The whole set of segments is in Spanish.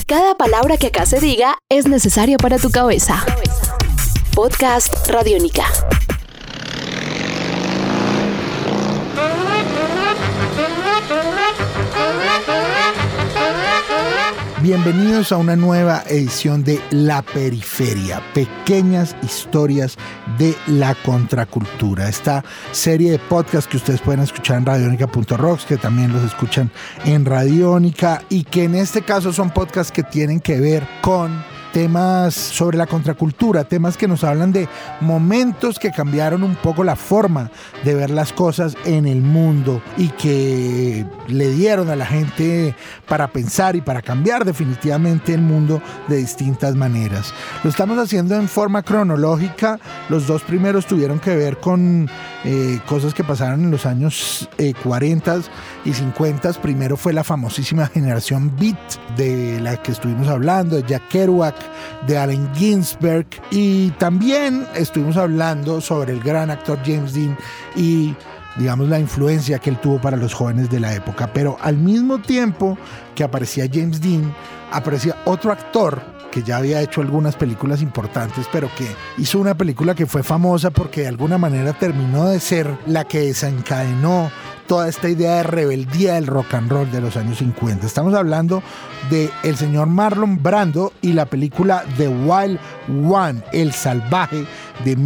Cada palabra que acá se diga es necesaria para tu cabeza. Podcast Radiónica. Bienvenidos a una nueva edición de La Periferia, pequeñas historias de la contracultura. Esta serie de podcasts que ustedes pueden escuchar en radionica.rocks, que también los escuchan en Radiónica y que en este caso son podcasts que tienen que ver con temas sobre la contracultura, temas que nos hablan de momentos que cambiaron un poco la forma de ver las cosas en el mundo y que le dieron a la gente para pensar y para cambiar definitivamente el mundo de distintas maneras. Lo estamos haciendo en forma cronológica. Los dos primeros tuvieron que ver con cosas que pasaron en los años 40 y 50. Primero fue la famosísima generación Beat, de la que estuvimos hablando, de Jack Kerouac, de Allen Ginsberg, y también estuvimos hablando sobre el gran actor James Dean y digamos la influencia que él tuvo para los jóvenes de la época. Pero al mismo tiempo que aparecía James Dean, aparecía otro actor que ya había hecho algunas películas importantes, pero que hizo una película que fue famosa porque de alguna manera terminó de ser la que desencadenó toda esta idea de rebeldía del rock and roll de los años 50. Estamos hablando de el señor Marlon Brando y la película The Wild One, El Salvaje, de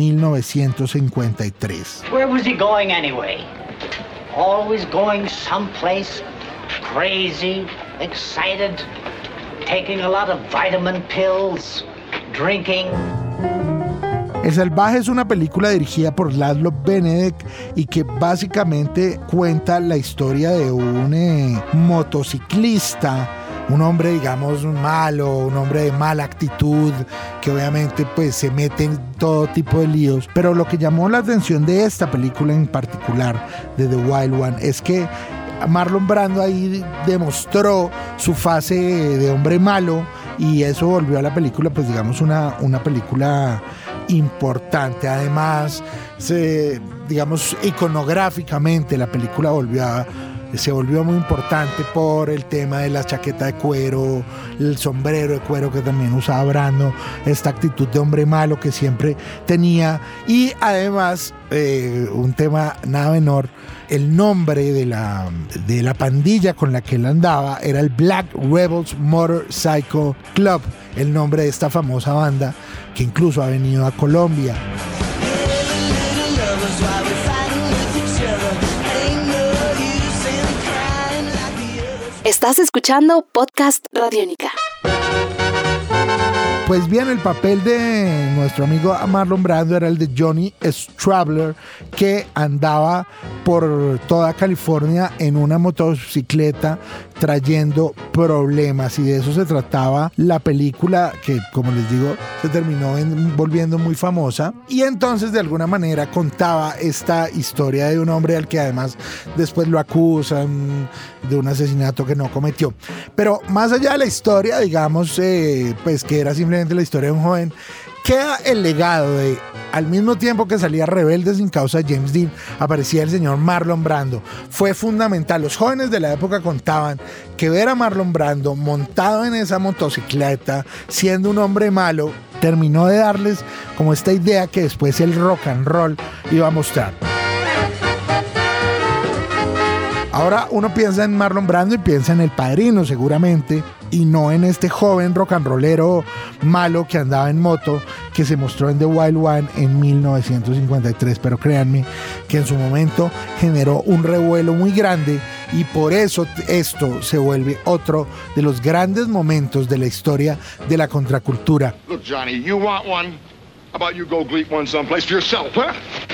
1953. Where was he going anyway? Always going someplace crazy, excited, taking a lot of vitamin pills, drinking. El Salvaje es una película dirigida por Laszlo Benedek y que básicamente cuenta la historia de un motociclista, un hombre digamos malo, un hombre de mala actitud, que obviamente pues se mete en todo tipo de líos. Pero lo que llamó la atención de esta película en particular, de The Wild One, es que Marlon Brando ahí demostró su fase de hombre malo y eso volvió a la película pues digamos una película importante. Además, digamos iconográficamente la película se volvió muy importante por el tema de la chaqueta de cuero, el sombrero de cuero que también usaba Brando, esta actitud de hombre malo que siempre tenía, y además un tema nada menor, el nombre de la pandilla con la que él andaba era el Black Rebels Motorcycle Club, el nombre de esta famosa banda que incluso ha venido a Colombia. Estás escuchando Podcast Radiónica. Pues bien, el papel de nuestro amigo Marlon Brando era el de Johnny Strabbler, que andaba por toda California en una motocicleta trayendo problemas, y de eso se trataba la película, que como les digo se terminó volviendo muy famosa, y entonces de alguna manera contaba esta historia de un hombre al que además después lo acusan de un asesinato que no cometió. Pero más allá de la historia, digamos pues que era simplemente la historia de un joven, queda el legado de, al mismo tiempo que salía Rebelde sin causa James Dean, aparecía el señor Marlon Brando. Fue fundamental. Los jóvenes de la época contaban que ver a Marlon Brando montado en esa motocicleta, siendo un hombre malo, terminó de darles como esta idea que después el rock and roll iba a mostrar. Ahora uno piensa en Marlon Brando y piensa en El Padrino seguramente, y no en este joven rock and rollero malo que andaba en moto, que se mostró en The Wild One en 1953. Pero créanme que en su momento generó un revuelo muy grande, y por eso esto se vuelve otro de los grandes momentos de la historia de la contracultura. Look, Johnny, you want one? How about you go gleep one someplace for yourself, huh?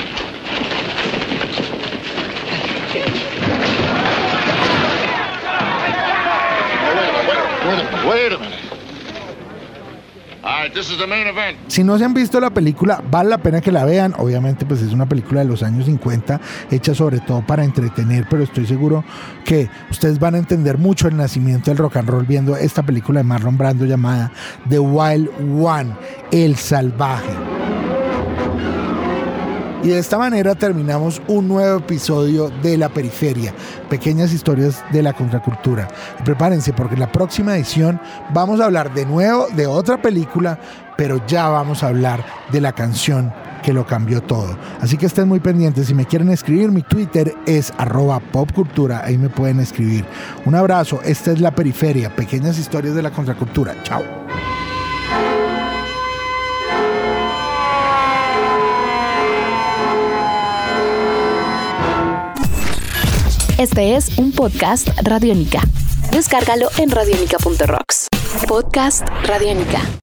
Wait a minute. All right, this is the main event. Si no se han visto la película, vale la pena que la vean. Obviamente pues es una película de los años 50 hecha sobre todo para entretener, pero estoy seguro que ustedes van a entender mucho el nacimiento del rock and roll viendo esta película de Marlon Brando llamada The Wild One, El Salvaje. Y de esta manera terminamos un nuevo episodio de La Periferia, pequeñas historias de la contracultura. Y prepárense porque en la próxima edición vamos a hablar de nuevo de otra película, pero ya vamos a hablar de la canción que lo cambió todo. Así que estén muy pendientes. Si me quieren escribir, mi Twitter es @popcultura. Ahí me pueden escribir. Un abrazo. Esta es La Periferia, pequeñas historias de la contracultura. Chao. Este es un podcast Radiónica. Descárgalo en radionica.rocks. Podcast Radiónica.